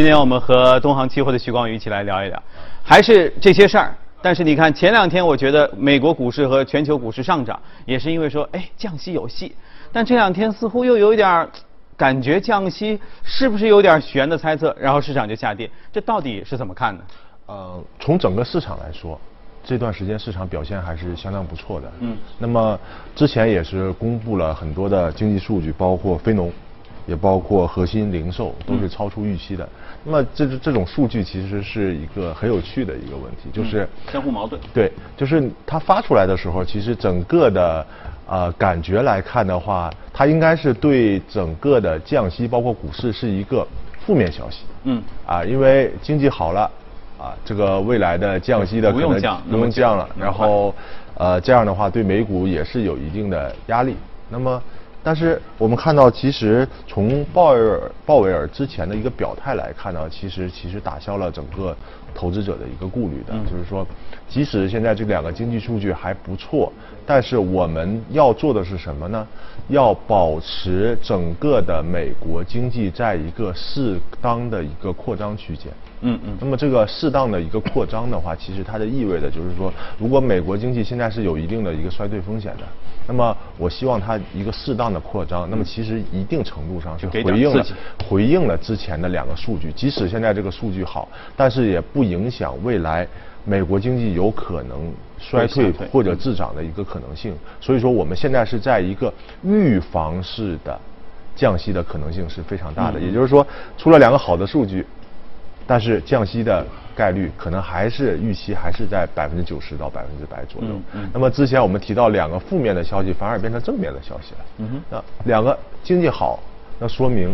今天我们和东航期货的徐光宇一起来聊一聊，还是这些事儿。但是你看前2天，我觉得美国股市和全球股市上涨，也是因为说，降息有戏。但这2天似乎又有一点感觉降息是不是有点悬的猜测，然后市场就下跌，这到底是怎么看呢？ 从整个市场来说，这段时间市场表现还是相当不错的。那么之前也是公布了很多的经济数据，包括非农，也包括核心零售，都是超出预期的。那么这种数据其实是一个很有趣的一个问题，就是相互矛盾。 对，就是它发出来的时候，其实整个的感觉来看的话，它应该是对整个的降息，包括股市是一个负面消息。因为经济好了，这个未来的降息的可能不用降了，然后这样的话对美股也是有一定的压力。那么但是我们看到，其实从鲍威尔之前的一个表态来看呢，其实打消了整个投资者的一个顾虑的，就是说，即使现在这2个经济数据还不错，但是我们要做的是什么呢？要保持整个的美国经济在一个适当的一个扩张区间。那么这个适当的一个扩张的话，其实它的意味的就是说，如果美国经济现在是有一定的一个衰退风险的，那么我希望它一个适当的扩张，那么其实一定程度上是回应了之前的2个数据，即使现在这个数据好，但是也不影响未来美国经济有可能衰退或者滞涨的一个可能性。所以说我们现在是在一个预防式的降息的可能性是非常大的，也就是说出了2个好的数据，但是降息的概率可能还是预期还是在90%到100%左右。那么之前我们提到2个负面的消息反而变成正面的消息了。那2个经济好，那说明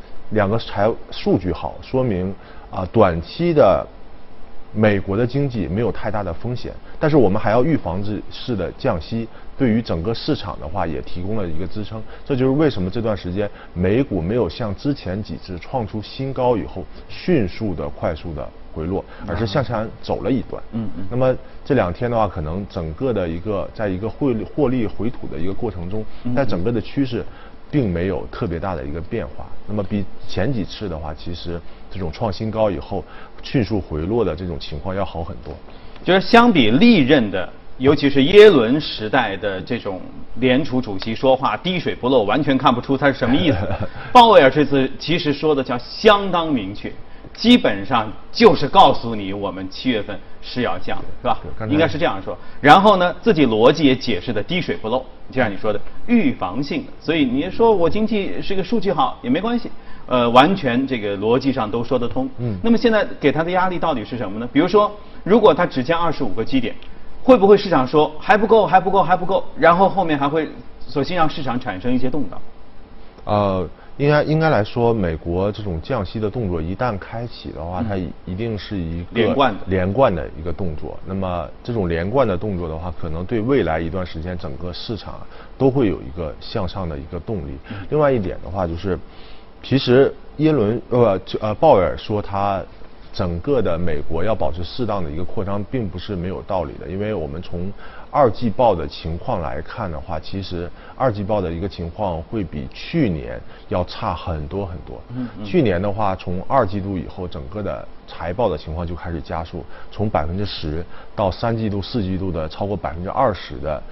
2个数据好，说明短期的美国的经济没有太大的风险，但是我们还要预防式的降息，对于整个市场的话也提供了一个支撑。这就是为什么这段时间美股没有像之前几次创出新高以后迅速的快速的回落，而是向前走了一段。那么这2天的话，可能整个的在一个获利回吐的一个过程中，在整个的趋势并没有特别大的一个变化。那么比前几次的话，其实这种创新高以后迅速回落的这种情况要好很多。 就是相比历任的，尤其是耶伦时代的这种联储主席说话滴水不漏，完全看不出他是什么意思。鲍威尔这次其实说的叫相当明确，基本上就是告诉你我们7月份是要降的，是吧？应该是这样说。然后呢，自己逻辑也解释的滴水不漏，就像你说的预防性的。所以你说我经济是个数据好也没关系，完全这个逻辑上都说得通。那么现在给他的压力到底是什么呢？比如说，如果他只降25个基点，会不会市场说还不够，然后后面还会索性让市场产生一些动荡？ 应该来说，美国这种降息的动作一旦开启的话，它一定是一个连贯的一个动作。那么这种连贯的动作的话，可能对未来一段时间整个市场都会有一个向上的一个动力。另外一点的话，就是其实鲍威尔说他整个的美国要保持适当的一个扩张，并不是没有道理的。因为我们从2季报的情况来看的话，其实2季报的一个情况会比去年要差很多很多。去年的话，从2季度以后，整个的财报的情况就开始加速，从10%到3季度、4季度的超过20%的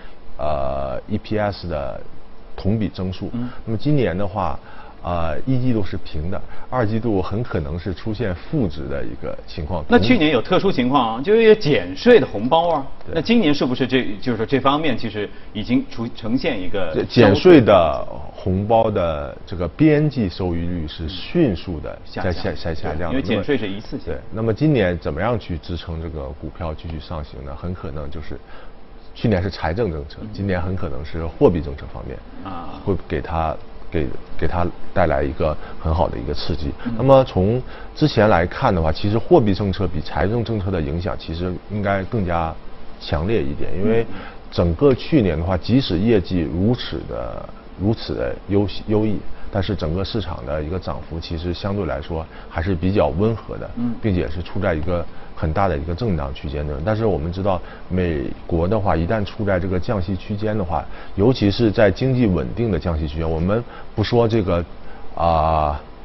EPS 的同比增速。那么今年的话，1季度是平的，2季度很可能是出现负值的一个情况。 那去年有特殊情况，就是有减税的红包啊。那今年是不是就是说这方面其实已经呈现一个减税的红包的这个边际收益率是迅速的在下降， 因为减税是一次性。 对，那么今年怎么样去支撑这个股票继续上行呢？很可能就是去年是财政政策，今年很可能是货币政策方面会给它带来一个很好的一个刺激。那么从之前来看的话，其实货币政策比财政政策的影响其实应该更加强烈一点，因为整个去年的话，即使业绩如此的优异，但是整个市场的一个涨幅其实相对来说还是比较温和的，并且是处在一个很大的一个震荡区间的。但是我们知道，美国的话一旦处在这个降息区间的话，尤其是在经济稳定的降息区间，我们不说这个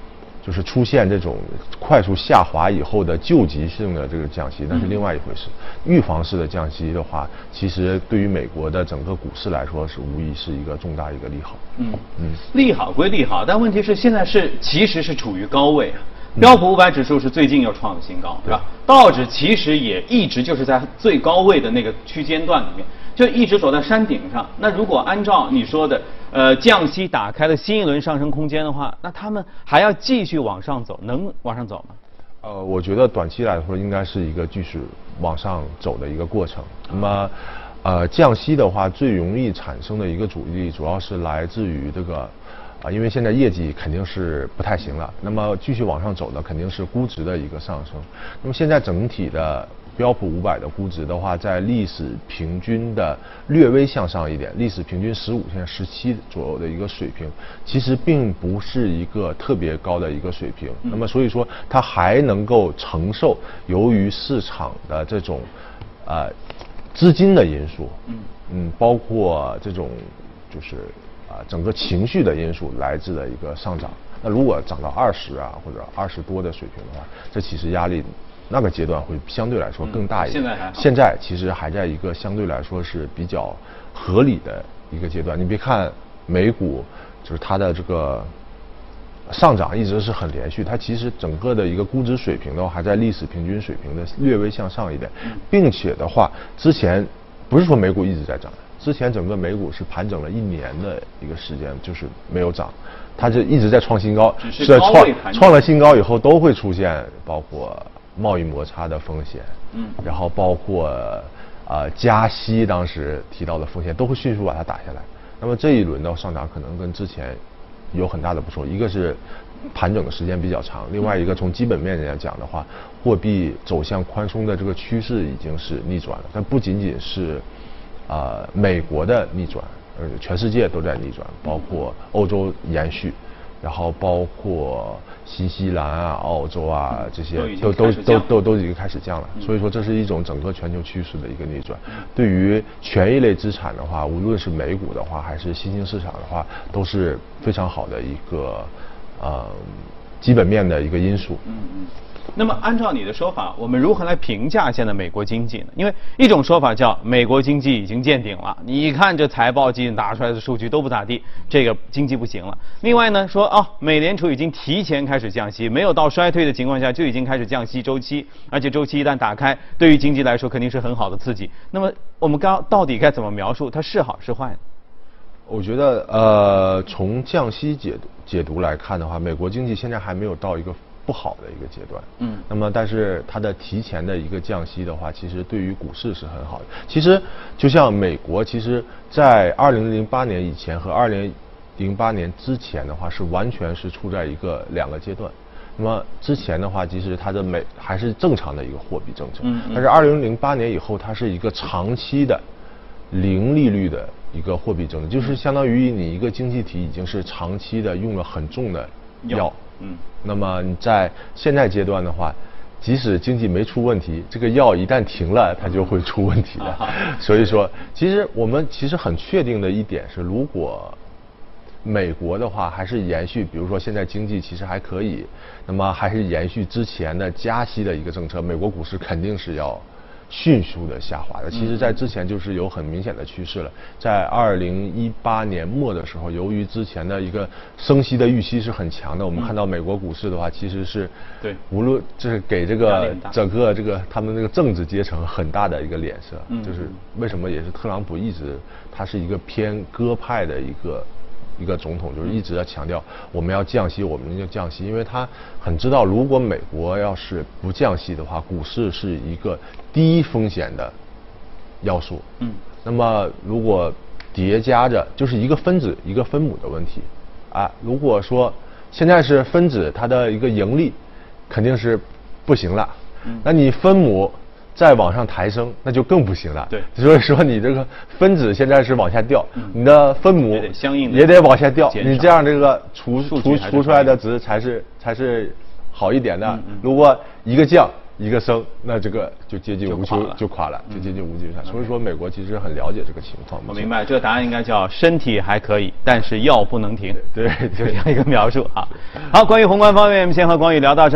就是出现这种快速下滑以后的救急性的这个降息，那是另外一回事。预防式的降息的话，其实对于美国的整个股市来说，是无疑是一个重大一个利好。 利好归利好，但问题是现在其实是处于高位啊。标普500指数是最近又创了新高，是吧？道指其实也一直就是在最高位的那个区间段里面，就一直走在山顶上。那如果按照你说的，降息打开了新一轮上升空间的话，那他们还要继续往上走，能往上走吗？ 我觉得短期来说应该是一个继续往上走的一个过程。那么，降息的话，最容易产生的一个阻力，主要是来自于这个。因为现在业绩肯定是不太行了，那么继续往上走的肯定是估值的一个上升。那么现在整体的标普500的估值的话，在历史平均的略微向上一点，历史平均15现在17左右的一个水平，其实并不是一个特别高的一个水平。那么所以说它还能够承受由于市场的这种资金的因素，包括这种就是整个情绪的因素来自的一个上涨。那如果涨到20或者20多的水平的话，这其实压力那个阶段会相对来说更大一点。现在其实还在一个相对来说是比较合理的一个阶段。你别看美股就是它的这个上涨一直是很连续，它其实整个的一个估值水平的话还在历史平均水平的略微向上一点，并且的话之前不是说美股一直在涨，之前整个美股是盘整了1年的一个时间，就是没有涨，它就一直在创新高， 是创了新高以后都会出现包括贸易摩擦的风险，然后包括加息当时提到的风险都会迅速把它打下来。那么这一轮的上涨可能跟之前有很大的不同，一个是盘整的时间比较长，另外一个从基本面来讲的话，货币走向宽松的这个趋势已经是逆转了，但不仅仅是美国的逆转，全世界都在逆转，包括欧洲延续，然后包括新西兰澳洲这些都已经开始降了。所以说这是一种整个全球趋势的一个逆转。对于权益类资产的话，无论是美股的话还是新兴市场的话，都是非常好的一个基本面的一个因素。 那么按照你的说法，我们如何来评价现在美国经济呢？因为一种说法叫美国经济已经见顶了，你一看这财报季拿出来的数据都不咋地，这个经济不行了。另外呢说美联储已经提前开始降息，没有到衰退的情况下就已经开始降息周期，而且周期一旦打开，对于经济来说肯定是很好的刺激。那么我们到底该怎么描述它是好是坏呢？ 我觉得从降息解读来看的话，美国经济现在还没有到一个不好的一个阶段。那么但是它的提前的一个降息的话，其实对于股市是很好的。其实就像美国，其实在2008年以前和2008年之前的话，是完全是处在两个阶段。那么之前的话，其实它的还是正常的一个货币政策，但是2008年以后，它是一个长期的零利率的一个货币政策，就是相当于你一个经济体已经是长期的用了很重的药。那么你在现在阶段的话，即使经济没出问题，这个药一旦停了，它就会出问题的。所以说，我们很确定的一点是，如果美国的话还是延续，比如说现在经济其实还可以，那么还是延续之前的加息的一个政策，美国股市肯定是要迅速的下滑的。其实在之前就是有很明显的趋势了。在2018年末的时候，由于之前的一个升息的预期是很强的，我们看到美国股市的话，其实是无论就是给这个整个他们那个政治阶层很大的一个脸色。就是为什么也是特朗普一直他是一个偏鸽派的一个总统，就是一直在强调我们要降息，我们就降息，因为他很知道，如果美国要是不降息的话，股市是一个低风险的要素。那么如果叠加着就是一个分子一个分母的问题如果说现在是分子，它的一个盈利肯定是不行了，那你分母再往上抬升，那就更不行了。所以说你这个分子现在是往下掉，你的分母也得往下掉，你这样这个除出来的值才是好一点的。如果一个降， 一个升，那这个就接近无穷就垮了，就接近无穷所以说美国其实很了解这个情况。 我明白，这个答案应该叫身体还可以，但是药不能停。 对， 就这样一个描述啊。好，关于宏观方面，我们先和广宇聊到这儿。